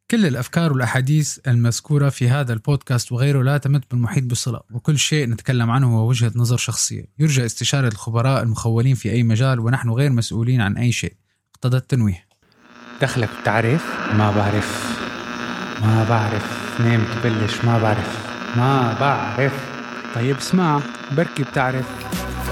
كل الأفكار والأحاديث المذكورة في هذا البودكاست وغيره لا تمت بالمحيط بصلة، وكل شيء نتكلم عنه هو وجهة نظر شخصية يرجى استشارة الخبراء المخولين في أي مجال، ونحن غير مسؤولين عن أي شيء. اقتضى التنويه. دخلك بتعرف؟ ما بعرف نام تبلش. ما بعرف. طيب اسمع، بركي بتعرف.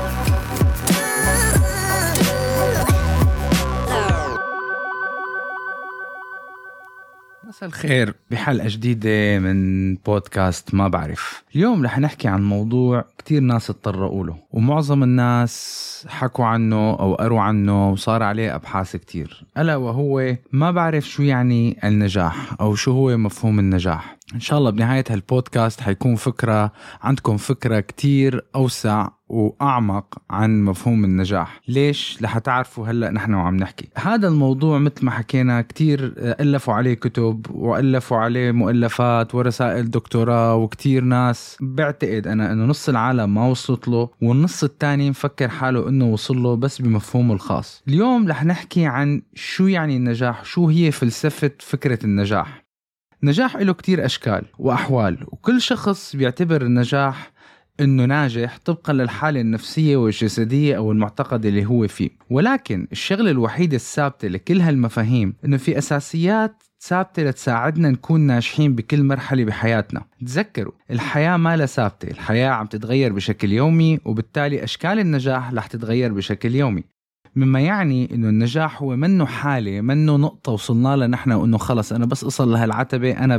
مساء الخير بحلقة جديدة من بودكاست ما بعرف. اليوم رح نحكي عن موضوع كتير ناس اتطرقوا له، ومعظم الناس حكوا عنه أو قروا عنه وصار عليه أبحاث كتير، ألا وهو ما بعرف شو يعني النجاح أو شو هو مفهوم النجاح. إن شاء الله بنهاية هالبودكاست حيكون عندكم فكرة كتير أوسع وأعمق عن مفهوم النجاح. ليش؟ لحتعرفوا هلأ نحن وعم نحكي هذا الموضوع. مثل ما حكينا كتير ألفوا عليه كتب وألفوا عليه مؤلفات ورسائل دكتوراه، وكتير ناس بعتقد أنا إنه نص العالم ما وصلت له، والنص التاني مفكر حاله إنه وصل له بس بمفهومه الخاص. اليوم رح نحكي عن شو يعني النجاح، شو هي فلسفة فكرة النجاح. النجاح له كتير أشكال وأحوال، وكل شخص بيعتبر النجاح إنه ناجح طبقا للحالة النفسية والجسدية أو المعتقد اللي هو فيه. ولكن الشغلة الوحيدة الثابتة لكل هالمفاهيم إنه في أساسيات ثابتة لتساعدنا نكون ناجحين بكل مرحلة بحياتنا. تذكروا، الحياة ما لا ثابتة، الحياة عم تتغير بشكل يومي، وبالتالي أشكال النجاح رح تتغير بشكل يومي. مما يعني إنه النجاح هو منه حالة، منه نقطة وصلنا لها نحن وإنه خلص أنا بس أصل لهالعتبة أنا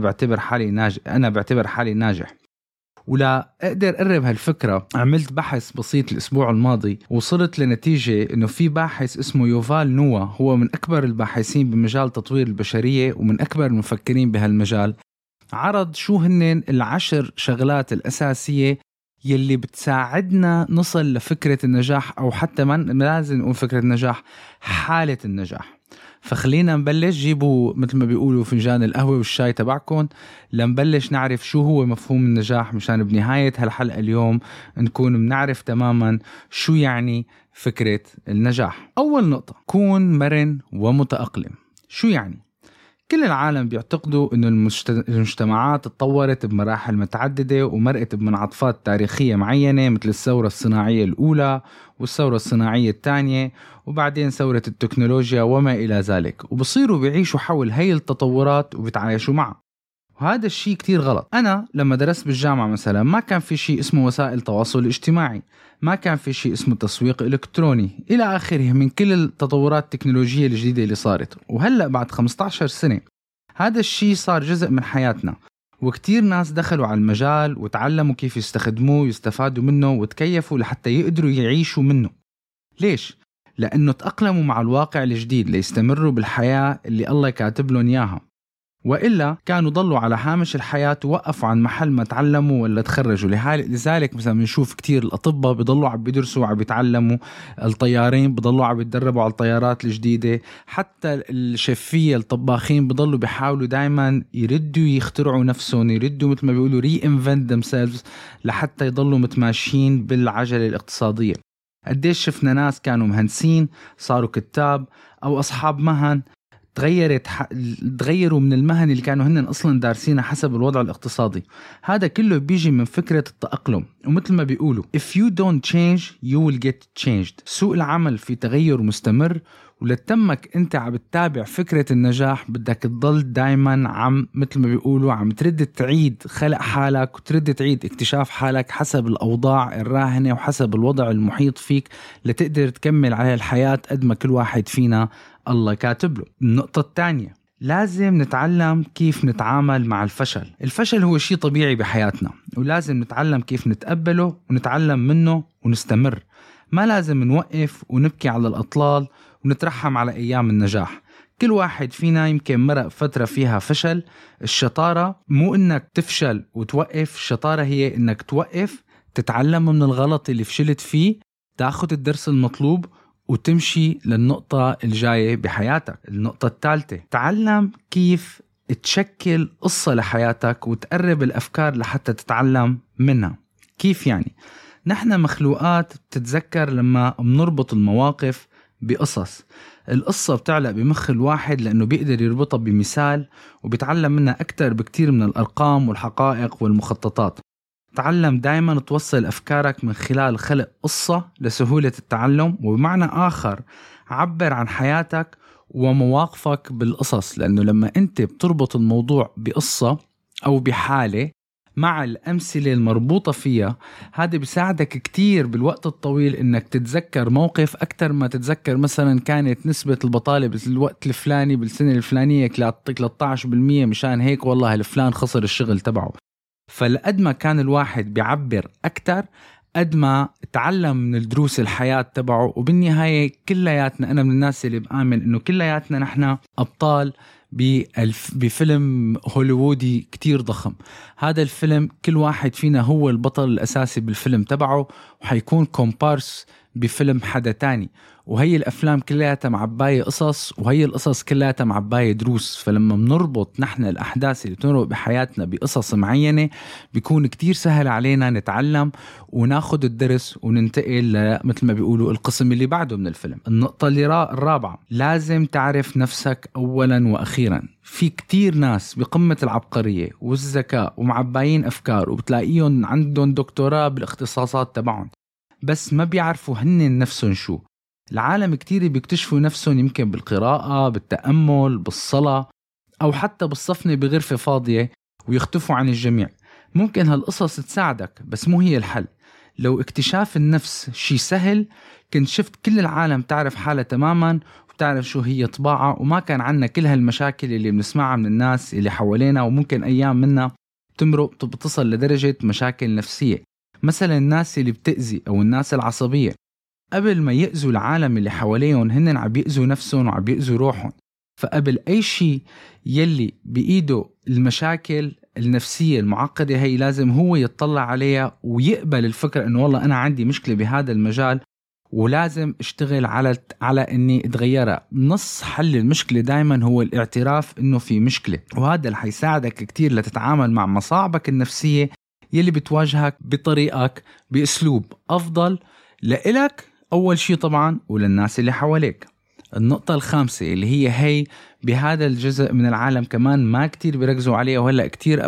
بعتبر حالي ناجح. ولا أقدر أقرب هالفكرة، عملت بحث بسيط الأسبوع الماضي، وصلت لنتيجة إنه في باحث اسمه يوفال نوا، هو من أكبر الباحثين بمجال تطوير البشرية ومن أكبر المفكرين بهالمجال. عرض شو هن 10 شغلات الأساسية يلي بتساعدنا نصل لفكرة النجاح، أو حتى ما لازم نقول فكرة النجاح، حالة النجاح. فخلينا نبلش. جيبوا مثل ما بيقولوا فنجان القهوة والشاي تبعكم لنبلش نعرف شو هو مفهوم النجاح، مشان بنهاية هالحلقة اليوم نكون بنعرف تماما شو يعني فكرة النجاح. أول نقطة، كون مرن ومتأقلم. شو يعني؟ كل العالم بيعتقدوا إنه المجتمعات تطورت بمراحل متعددة ومرقت بمنعطفات تاريخية معينة، مثل الثورة الصناعية الأولى والثورة الصناعية الثانية وبعدين ثورة التكنولوجيا وما إلى ذلك، وبصيروا بيعيشوا حول هاي التطورات وبيتعايشوا معها. وهذا الشيء كتير غلط. أنا لما درست بالجامعة مثلا ما كان في شيء اسمه وسائل تواصل اجتماعي، ما كان في شيء اسمه تسويق إلكتروني إلى آخره من كل التطورات التكنولوجية الجديدة اللي صارت. وهلأ بعد 15 سنة هذا الشيء صار جزء من حياتنا، وكتير ناس دخلوا على المجال وتعلموا كيف يستخدموه ويستفادوا منه وتكيفوا لحتى يقدروا يعيشوا منه. ليش؟ لأنه تأقلموا مع الواقع الجديد ليستمروا بالحياة اللي الله كاتب لهم إياها، وإلا كانوا ضلوا على هامش الحياة ووقفوا عن محل ما تعلموا ولا تخرجوا. لذلك مثلا بنشوف كتير الأطباء بيضلوا عم بيدرسوا عم بيتعلموا، الطيارين بيضلوا عم بيتدربوا على الطيارات الجديدة، حتى الشفية الطباخين بيضلوا بيحاولوا دايما يردوا يخترعوا نفسهم، يردوا مثل ما بيقولوا reinvent themselves لحتى يضلوا متماشيين بالعجلة الاقتصادية. قديش شفنا ناس كانوا مهندسين صاروا كتاب، أو أصحاب مهن تغيروا من المهن اللي كانوا هن أصلا دارسينها حسب الوضع الاقتصادي. هذا كله بيجي من فكرة التأقلم. ومثل ما بيقولوا if you don't change you will get changed. سوق العمل في تغير مستمر، ولتمك انت عم تتابع فكرة النجاح بدك تضل دايما مثل ما بيقولوا عم ترد تعيد خلق حالك وترد تعيد اكتشاف حالك حسب الأوضاع الراهنة وحسب الوضع المحيط فيك لتقدر تكمل على الحياة قد ما كل واحد فينا الله كاتب له. النقطة الثانية، لازم نتعلم كيف نتعامل مع الفشل. الفشل هو شيء طبيعي بحياتنا، ولازم نتعلم كيف نتقبله ونتعلم منه ونستمر. ما لازم نوقف ونبكي على الأطلال ونترحم على أيام النجاح. كل واحد فينا يمكن مرق فترة فيها فشل. الشطارة مو إنك تفشل وتوقف، الشطارة هي إنك توقف، تتعلم من الغلط اللي فشلت فيه، تاخد الدرس المطلوب وتمشي للنقطة الجاية بحياتك. النقطة الثالثة، تعلم كيف تشكل قصة لحياتك وتقرب الأفكار لحتى تتعلم منها. كيف يعني؟ نحن مخلوقات تتذكر لما بنربط المواقف بقصص. القصة بتعلق بمخ الواحد لأنه بيقدر يربطها بمثال وبيتعلم منها أكتر بكتير من الأرقام والحقائق والمخططات. تعلم دايما توصل أفكارك من خلال خلق قصة لسهولة التعلم، وبمعنى آخر عبر عن حياتك ومواقفك بالقصص، لأنه لما أنت بتربط الموضوع بقصة أو بحالة مع الأمثلة المربوطة فيها، هذا بيساعدك كتير بالوقت الطويل إنك تتذكر موقف أكتر ما تتذكر مثلا كانت نسبة البطالة بالوقت الفلاني بالسنة الفلانية 13%، مشان هيك والله الفلان خسر الشغل تبعه. فلقد ما كان الواحد بيعبر أكتر قد ما تعلم من الدروس الحياة تبعه. وبالنهاية كلياتنا، أنا من الناس اللي بآمن إنه كلياتنا نحن أبطال بفيلم هوليوودي كتير ضخم. هذا الفيلم كل واحد فينا هو البطل الأساسي بالفيلم تبعه، وحيكون كومبارس بفيلم حدا تاني. وهي الأفلام كلها معباية قصص، وهي القصص كلها معباية دروس. فلما بنربط نحن الأحداث اللي بتمرق بحياتنا بقصص معينة، بيكون كتير سهل علينا نتعلم وناخد الدرس وننتقل مثل ما بيقولوا القسم اللي بعده من الفيلم. النقطة الرابعة، لازم تعرف نفسك أولا وأخيرا. في كتير ناس بقمة العبقرية والذكاء ومعبايين أفكار، وبتلاقيهم عندهم دكتوراه بالاختصاصات تبعهم، بس ما بيعرفوا هن نفسهم شو. العالم كتير بيكتشفوا نفسهم يمكن بالقراءة، بالتأمل، بالصلاة، أو حتى بالصفنة بغرفة فاضية ويختفوا عن الجميع. ممكن هالقصص تساعدك، بس مو هي الحل. لو اكتشاف النفس شي سهل، كنت شفت كل العالم تعرف حالة تماما وتعرف شو هي طباعة، وما كان عنا كل هالمشاكل اللي بنسمعها من الناس اللي حوالينا، وممكن أيام منا تمرق بتصل لدرجة مشاكل نفسية. مثلا الناس اللي بتأذي أو الناس العصبية، قبل ما يأذوا العالم اللي حواليهم هن عم بيأذوا نفسهم وعم بيأذوا روحهم. فقبل أي شيء يلي بإيده المشاكل النفسية المعقدة هي، لازم هو يتطلع عليها ويقبل الفكرة إنه والله أنا عندي مشكلة بهذا المجال ولازم اشتغل على إني اتغيرها. نص حل المشكلة دايما هو الاعتراف إنه في مشكلة، وهذا اللي حيساعدك كتير لتتعامل مع مصاعبك النفسية يلي بتواجهك بطريقك بأسلوب أفضل لإلك أول شيء طبعا وللناس اللي حواليك. النقطة الخامسة اللي هي بهذا الجزء من العالم كمان ما كتير بيركزوا عليه، وهلأ كتير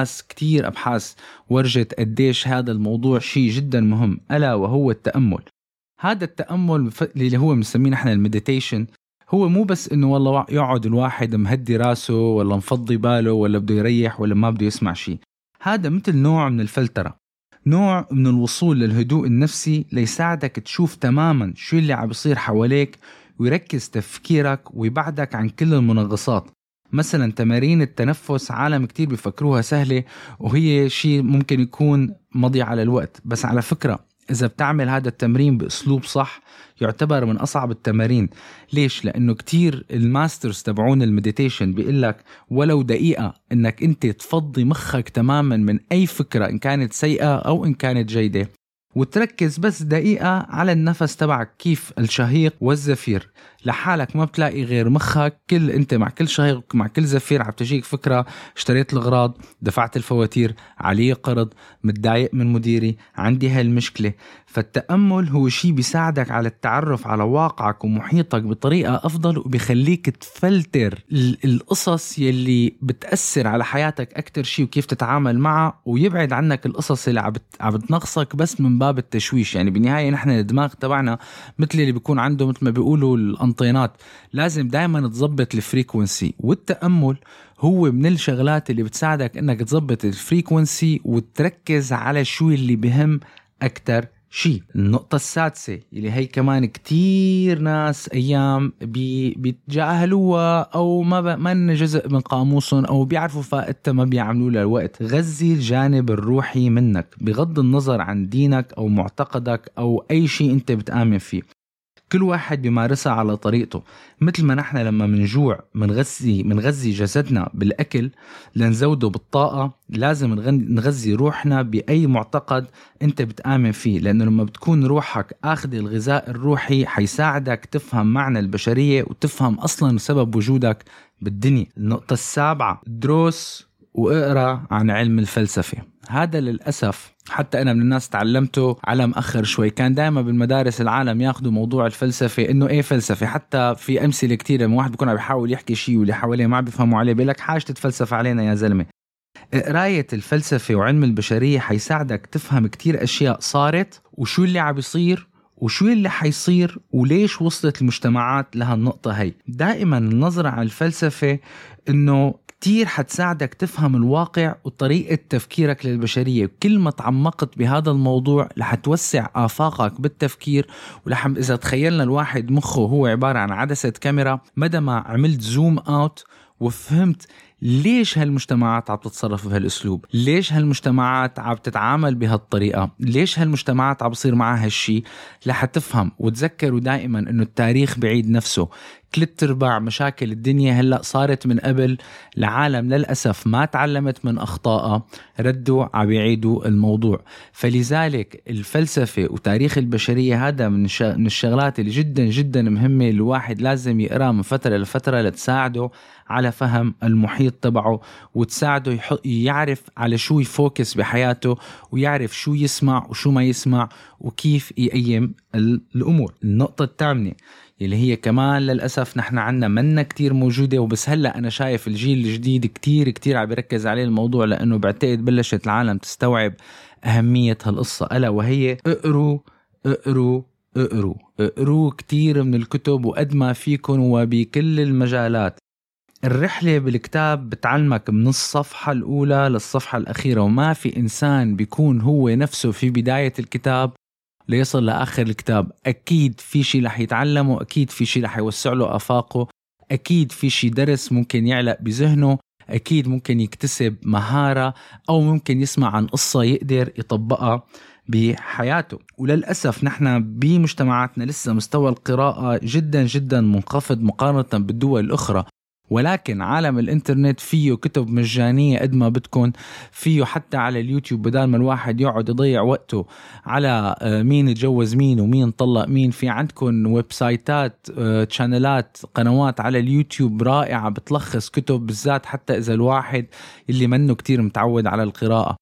أبحاث ورجت قديش هذا الموضوع شيء جدا مهم، ألا وهو التأمل. هذا التأمل اللي هو بنسميه نحن المديتيشن، هو مو بس إنه والله يقعد الواحد مهدي راسه ولا مفضي باله ولا بده يريح ولا ما بده يسمع شيء. هذا مثل نوع من الفلترة، نوع من الوصول للهدوء النفسي ليساعدك تشوف تماما شو اللي عم بيصير حواليك ويركز تفكيرك ويبعدك عن كل المنغصات. مثلا تمارين التنفس، عالم كتير بيفكروها سهلة وهي شيء ممكن يكون مضيع على الوقت، بس على فكرة إذا بتعمل هذا التمرين بأسلوب صح يعتبر من أصعب التمارين. ليش؟ لأنه كتير الماسترز تبعون المديتيشن بيقلك ولو دقيقة إنك أنت تفضي مخك تماما من أي فكرة إن كانت سيئة أو إن كانت جيدة، وتركز بس دقيقة على النفس تبعك، كيف الشهيق والزفير. لحالك ما بتلاقي غير مخك انت مع كل شهيق مع كل زفير عم تجيك فكرة، اشتريت الأغراض، دفعت الفواتير، علي قرض، متضايق من مديري، عندي هالمشكلة. فالتأمل هو شيء بيساعدك على التعرف على واقعك ومحيطك بطريقة أفضل، وبيخليك تفلتر القصص يلي بتأثر على حياتك أكتر شيء وكيف تتعامل معها، ويبعد عنك القصص اللي عم بتنقصك بس من باب التشويش. يعني بالنهاية نحن الدماغ تبعنا مثل اللي بيكون عنده مثل ما بيقولوا الأنطينات، لازم دايما تضبط الفريكونسي، والتأمل هو من الشغلات اللي بتساعدك انك تضبط الفريكونسي وتركز على شو اللي بهم اكتر شيء. النقطة السادسة اللي هي كمان كتير ناس ايام بيتجاهلوها او ما جزء من قاموسهم او بيعرفوا فائدتها ما بيعملوا لها الوقت. غذي الجانب الروحي منك بغض النظر عن دينك او معتقدك او اي شيء انت بتآمن فيه. كل واحد بيمارسها على طريقته. مثل ما نحن لما منجوع منغذي جسدنا بالأكل لنزوده بالطاقة، لازم نغذي روحنا بأي معتقد انت بتآمن فيه، لأنه لما بتكون روحك أخذ الغذاء الروحي حيساعدك تفهم معنى البشرية وتفهم أصلا سبب وجودك بالدنيا. النقطة السابعة، دروس واقرأ عن علم الفلسفة. هذا للأسف حتى أنا من الناس تعلمته على مأخر شوي. كان دائما بالمدارس العالم ياخدوا موضوع الفلسفة إنه إيه فلسفة، حتى في أمثلة كتيرة لما واحد بيكون عم بيحاول يحكي شيء واللي حواليه ما بيفهموا عليه بيقول لك حاجة تتفلسف علينا يا زلمة. قراية الفلسفة وعلم البشرية حيساعدك تفهم كتير أشياء صارت وشو اللي عم بيصير وشو اللي حيصير وليش وصلت المجتمعات لهالنقطة هاي. دائما النظرة على الفلسفة إنه كتير حتساعدك تفهم الواقع وطريقة تفكيرك للبشرية. كل ما تعمقت بهذا الموضوع لحتوسع آفاقك بالتفكير. إذا تخيلنا الواحد مخه هو عبارة عن عدسة كاميرا، مدى ما عملت زوم أوت وفهمت ليش هالمجتمعات عم تتصرف بهالاسلوب، ليش هالمجتمعات عم تتعامل بهالطريقة، ليش هالمجتمعات عم بصير معها هالشي، لحتفهم. وتذكروا دائما انه التاريخ بعيد نفسه. 3/4 مشاكل الدنيا هلأ صارت من قبل، العالم للأسف ما تعلمت من أخطائها، ردوا عم يعيدوا الموضوع. فلذلك الفلسفة وتاريخ البشرية هذا من الشغلات اللي جدا جدا مهمة، الواحد لازم يقرأ من فترة لفترة لتساعده على فهم المحيط تبعه، وتساعده يعرف على شو يفوكس بحياته، ويعرف شو يسمع وشو ما يسمع وكيف يقيم الأمور. النقطة الثامنة اللي هي كمان للأسف نحن عنا منا كتير موجودة، وبس هلأ أنا شايف الجيل الجديد كتير عم يركز عليه الموضوع، لأنه بعتقد بلشت العالم تستوعب أهمية هالقصة، ألا وهي اقروا كتير من الكتب وقد ما فيكن وبكل المجالات. الرحلة بالكتاب بتعلمك من الصفحة الأولى للصفحة الأخيرة، وما في إنسان بيكون هو نفسه في بداية الكتاب ليصل لآخر الكتاب. أكيد في شيء رح يتعلمه، أكيد في شيء رح يوسع له آفاقه، أكيد في شيء درس ممكن يعلق بذهنه، أكيد ممكن يكتسب مهارة، أو ممكن يسمع عن قصة يقدر يطبقها بحياته. وللأسف نحن بمجتمعاتنا لسه مستوى القراءة جدا جدا منخفض مقارنة بالدول الأخرى، ولكن عالم الانترنت فيه كتب مجانية قد ما بدكن، فيه حتى على اليوتيوب بدال ما الواحد يقعد يضيع وقته على مين يتجوز مين ومين طلق مين، في عندكن ويب سايتات، تشانلات، قنوات على اليوتيوب رائعة بتلخص كتب، بالذات حتى إذا الواحد اللي منه كتير متعود على القراءة.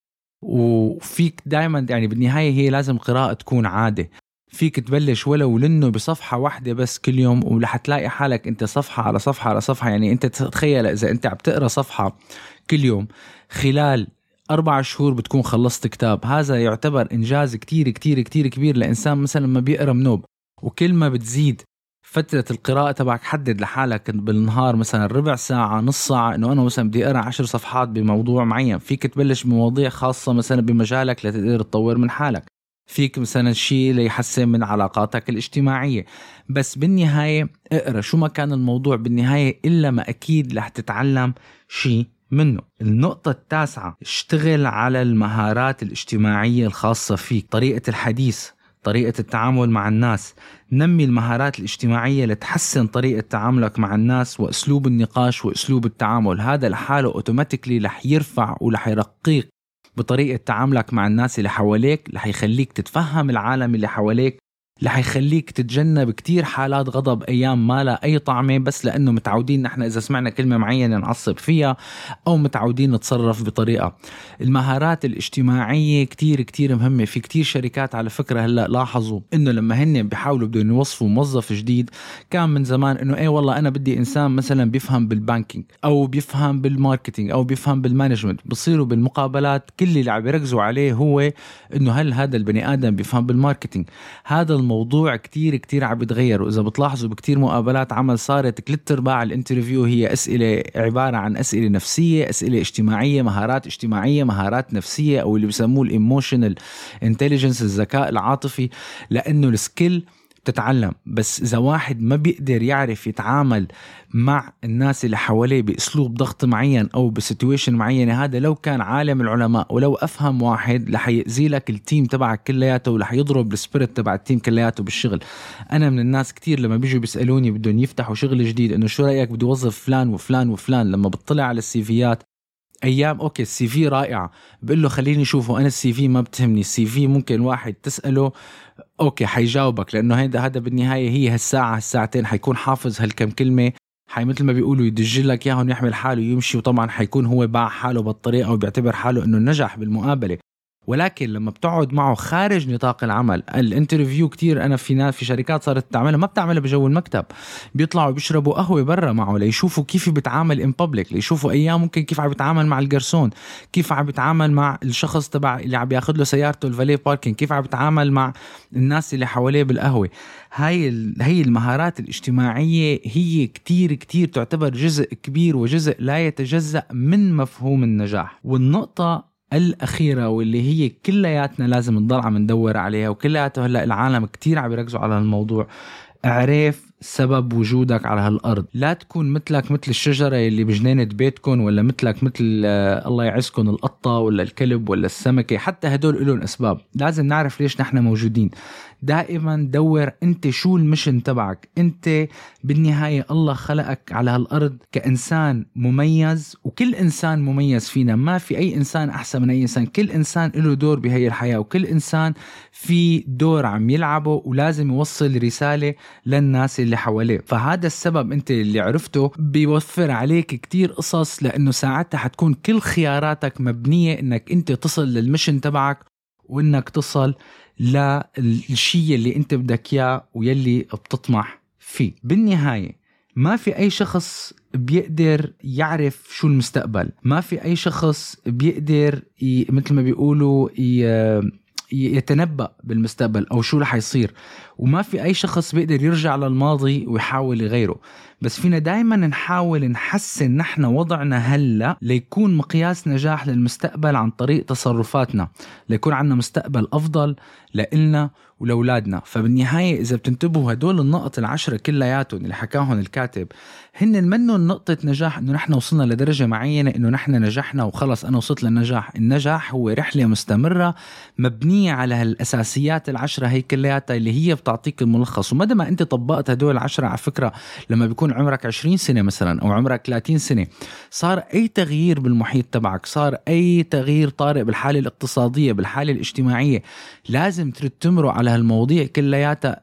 وفيك دايما يعني بالنهاية هي لازم قراءة تكون عادة، فيك تبلش ولو لأنه بصفحة واحدة بس كل يوم، ولحتلاقي حالك انت صفحة على صفحة على صفحة. يعني انت تتخيل اذا انت عم تقرأ صفحة كل يوم خلال 4 شهور بتكون خلصت كتاب. هذا يعتبر انجاز كتير كتير كتير كبير لإنسان مثلا ما بيقرأ منوب. وكل ما بتزيد فترة القراءة تبعك حدد لحالك بالنهار مثلا ربع ساعة نص ساعة انه انا مثلا بدي اقرأ 10 صفحات بموضوع معين. فيك تبلش بمواضيع خاصة مثلا بمجالك لتقدر تطور من حالك، فيك مثلا شيء ليحسن من علاقاتك الاجتماعية. بس بالنهاية اقرأ شو ما كان الموضوع بالنهاية، إلا ما أكيد رح تتعلم شيء منه. النقطة 9، اشتغل على المهارات الاجتماعية الخاصة فيك، طريقة الحديث، طريقة التعامل مع الناس. نمي المهارات الاجتماعية لتحسن طريقة تعاملك مع الناس وأسلوب النقاش وأسلوب التعامل. هذا لحاله أوتوماتيكلي رح يرفع ورح يرقيك بطريقة تعاملك مع الناس اللي حواليك، رح يخليك تتفهم العالم اللي حواليك، رح يخليك تتجنب كتير حالات غضب أيام ما لا أي طعمة، بس لأنه متعودين نحن إذا سمعنا كلمة معينة نعصب فيها أو متعودين نتصرف بطريقة. المهارات الاجتماعية كتير كتير مهمة. في كتير شركات على فكرة هلأ لاحظوا إنه لما هن بيحاولوا بدون يوظفوا موظف جديد، كان من زمان إنه إيه والله أنا بدي إنسان مثلا بيفهم بالبانكينج أو بيفهم بالماركتينج أو بيفهم بالمانجمنت. بصيروا بالمقابلات كل اللي عم يركزوا عليه هو إنه هل هذا البني آدم بيفهم بالماركتينج. هذا الموضوع كتير كتير عم بتغير. وإذا بتلاحظوا بكتير مقابلات عمل صارت 3/4 الانترفيو هي أسئلة عبارة عن أسئلة نفسية، أسئلة اجتماعية، مهارات اجتماعية، مهارات نفسية، أو اللي بيسموه الإيموشنال إنتليجنس، الذكاء العاطفي. لأنه السكيل تتعلم، بس إذا واحد ما بيقدر يعرف يتعامل مع الناس اللي حواليه بأسلوب ضغط معين أو بسيتويشن معينة، هذا لو كان عالم العلماء ولو أفهم واحد رح يأذي لك التيم تبعك كلياته، ورح يضرب السبيرت تبع التيم كلياته بالشغل. أنا من الناس كتير لما بيجوا بيسألوني بدهم يفتحوا شغل جديد إنه شو رأيك بدي وظف فلان وفلان وفلان، لما بتطلع على السيفيات أيام أوكي السي في رائعة، بقول له خليني شوفه أنا السي في ما بتهمني. السي في ممكن واحد تسأله أوكي حيجاوبك، لأنه هذا بالنهاية هي هالساعة هالساعتين حيكون حافظ هالكم كلمة، مثل ما بيقولوا يدج لك اياهم يحمل حاله يمشي، وطبعا حيكون هو باع حاله بالطريقة وبيعتبر حاله انه نجح بالمقابلة. ولكن لما بتقعد معه خارج نطاق العمل، الانترفيو كتير أنا في شركات صارت تعملها ما بتعملها بجو المكتب، بيطلعوا بيشربوا قهوة برا معه ليشوفوا كيف بيتعامل in public، ليشوفوا أيام ممكن كيف عم بيتعامل مع الجرسون، كيف عم بيتعامل مع الشخص تبع اللي عم بياخد له سيارته الفالي باركينج، كيف عم بيتعامل مع الناس اللي حواليه بالقهوة. هاي المهارات الاجتماعية هي كتير كتير تعتبر جزء كبير وجزء لا يتجزأ من مفهوم النجاح. والنقطة الأخيرة واللي هي كلياتنا لازم نضل عم ندور عليها، وكلياتها هلأ العالم كتير عم يركزوا على الموضوع، اعرف سبب وجودك على هالأرض. لا تكون مثلك مثل الشجرة اللي بجنينة بيتكم، ولا مثلك مثل الله يعزكم القطة ولا الكلب ولا السمكة، حتى هدول لهم أسباب. لازم نعرف ليش نحن موجودين. دائما دور انت شو المشن تبعك. انت بالنهاية الله خلقك على هالأرض كإنسان مميز، وكل إنسان مميز فينا، ما في أي إنسان أحسن من أي إنسان. كل إنسان له دور بهاي الحياة، وكل إنسان في دور عم يلعبه ولازم يوصل رسالة للناس اللي حواليه. فهذا السبب انت اللي عرفته بيوفر عليك كتير قصص، لأنه ساعتها حتكون كل خياراتك مبنية انك انت تصل للمشن تبعك، وانك تصل للشيء اللي انت بدك اياه ويلي بتطمح فيه. بالنهاية ما في اي شخص بيقدر يعرف شو المستقبل، ما في اي شخص بيقدر مثل ما بيقولوا يتنبأ بالمستقبل او شو رح يصير، وما في اي شخص بيقدر يرجع للماضي ويحاول يغيره. بس فينا دايما نحاول نحسن نحن وضعنا هلا ليكون مقياس نجاح للمستقبل عن طريق تصرفاتنا، ليكون عنا مستقبل افضل لإلنا ولأولادنا. فبالنهاية إذا بتنتبهوا هدول النقط 10 كلياتهم اللي حكاهم الكاتب هن منهم نقطة نجاح، إنه نحن وصلنا لدرجة معينة إنه نحن نجحنا وخلص أنا وصلت للنجاح. النجاح هو رحلة مستمرة مبنية على هالأساسيات 10 هي كلياتها اللي هي بتعطيك الملخص. ومدى ما أنت طبقت هدول 10 على فكرة، لما بيكون عمرك 20 سنة مثلا أو عمرك 30 سنة، صار أي تغيير بالمحيط تبعك، صار أي تغيير طارئ بالحالة الاقتصادية بالحالة الاجتماعية، لازم ترد تمروا على هالمواضيع كلياتها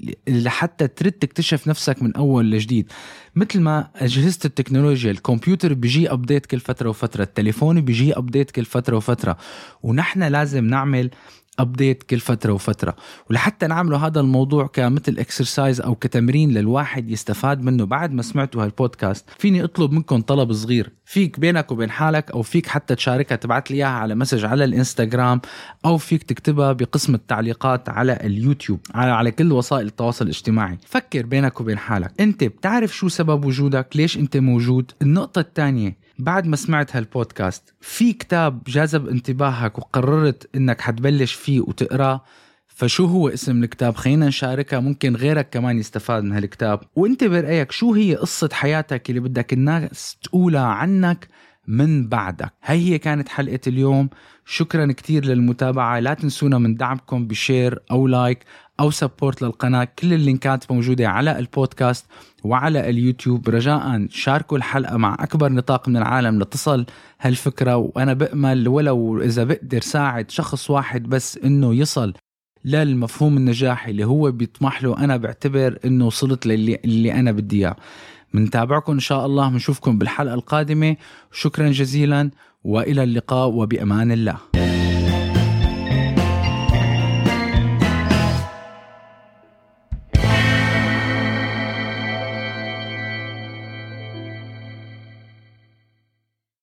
لحتى ترد تكتشف نفسك من أول لجديد. مثل ما أجهزة التكنولوجيا، الكمبيوتر بيجي أبديت كل فترة وفترة، التليفون بيجي أبديت كل فترة وفترة، ونحن لازم نعمل أبديت كل فترة وفترة. ولحتى نعملوا هذا الموضوع كمثل اكسرسايز أو كتمرين للواحد يستفاد منه بعد ما سمعتوا هالبودكاست، فيني أطلب منكم طلب صغير، فيك بينك وبين حالك أو فيك حتى تشاركها، تبعت لي إياها على مسج على الإنستغرام، أو فيك تكتبها بقسم التعليقات على اليوتيوب، على كل وسائل التواصل الاجتماعي. فكر بينك وبين حالك، أنت بتعرف شو سبب وجودك؟ ليش أنت موجود؟ النقطة الثانية، بعد ما سمعت هالبودكاست في كتاب جاذب انتباهك وقررت انك حتبلش فيه وتقراه، فشو هو اسم الكتاب؟ خلينا نشاركها، ممكن غيرك كمان يستفاد من هالكتاب. وانت برأيك شو هي قصة حياتك اللي بدك الناس تقولها عنك من بعدك؟ هي كانت حلقة اليوم. شكرا كتير للمتابعة. لا تنسونا من دعمكم بشير أو لايك أو سبورت للقناة. كل اللينكات موجودة على البودكاست وعلى اليوتيوب. رجاء شاركوا الحلقة مع أكبر نطاق من العالم لتصل هالفكرة، وأنا بأمل ولو إذا بقدر ساعد شخص واحد بس إنه يصل للمفهوم النجاحي اللي هو بيطمح له، أنا بعتبر إنه وصلت اللي أنا بدي إياه. منتابعكم إن شاء الله، منشوفكم بالحلقة القادمة. شكرا جزيلا وإلى اللقاء وبأمان الله.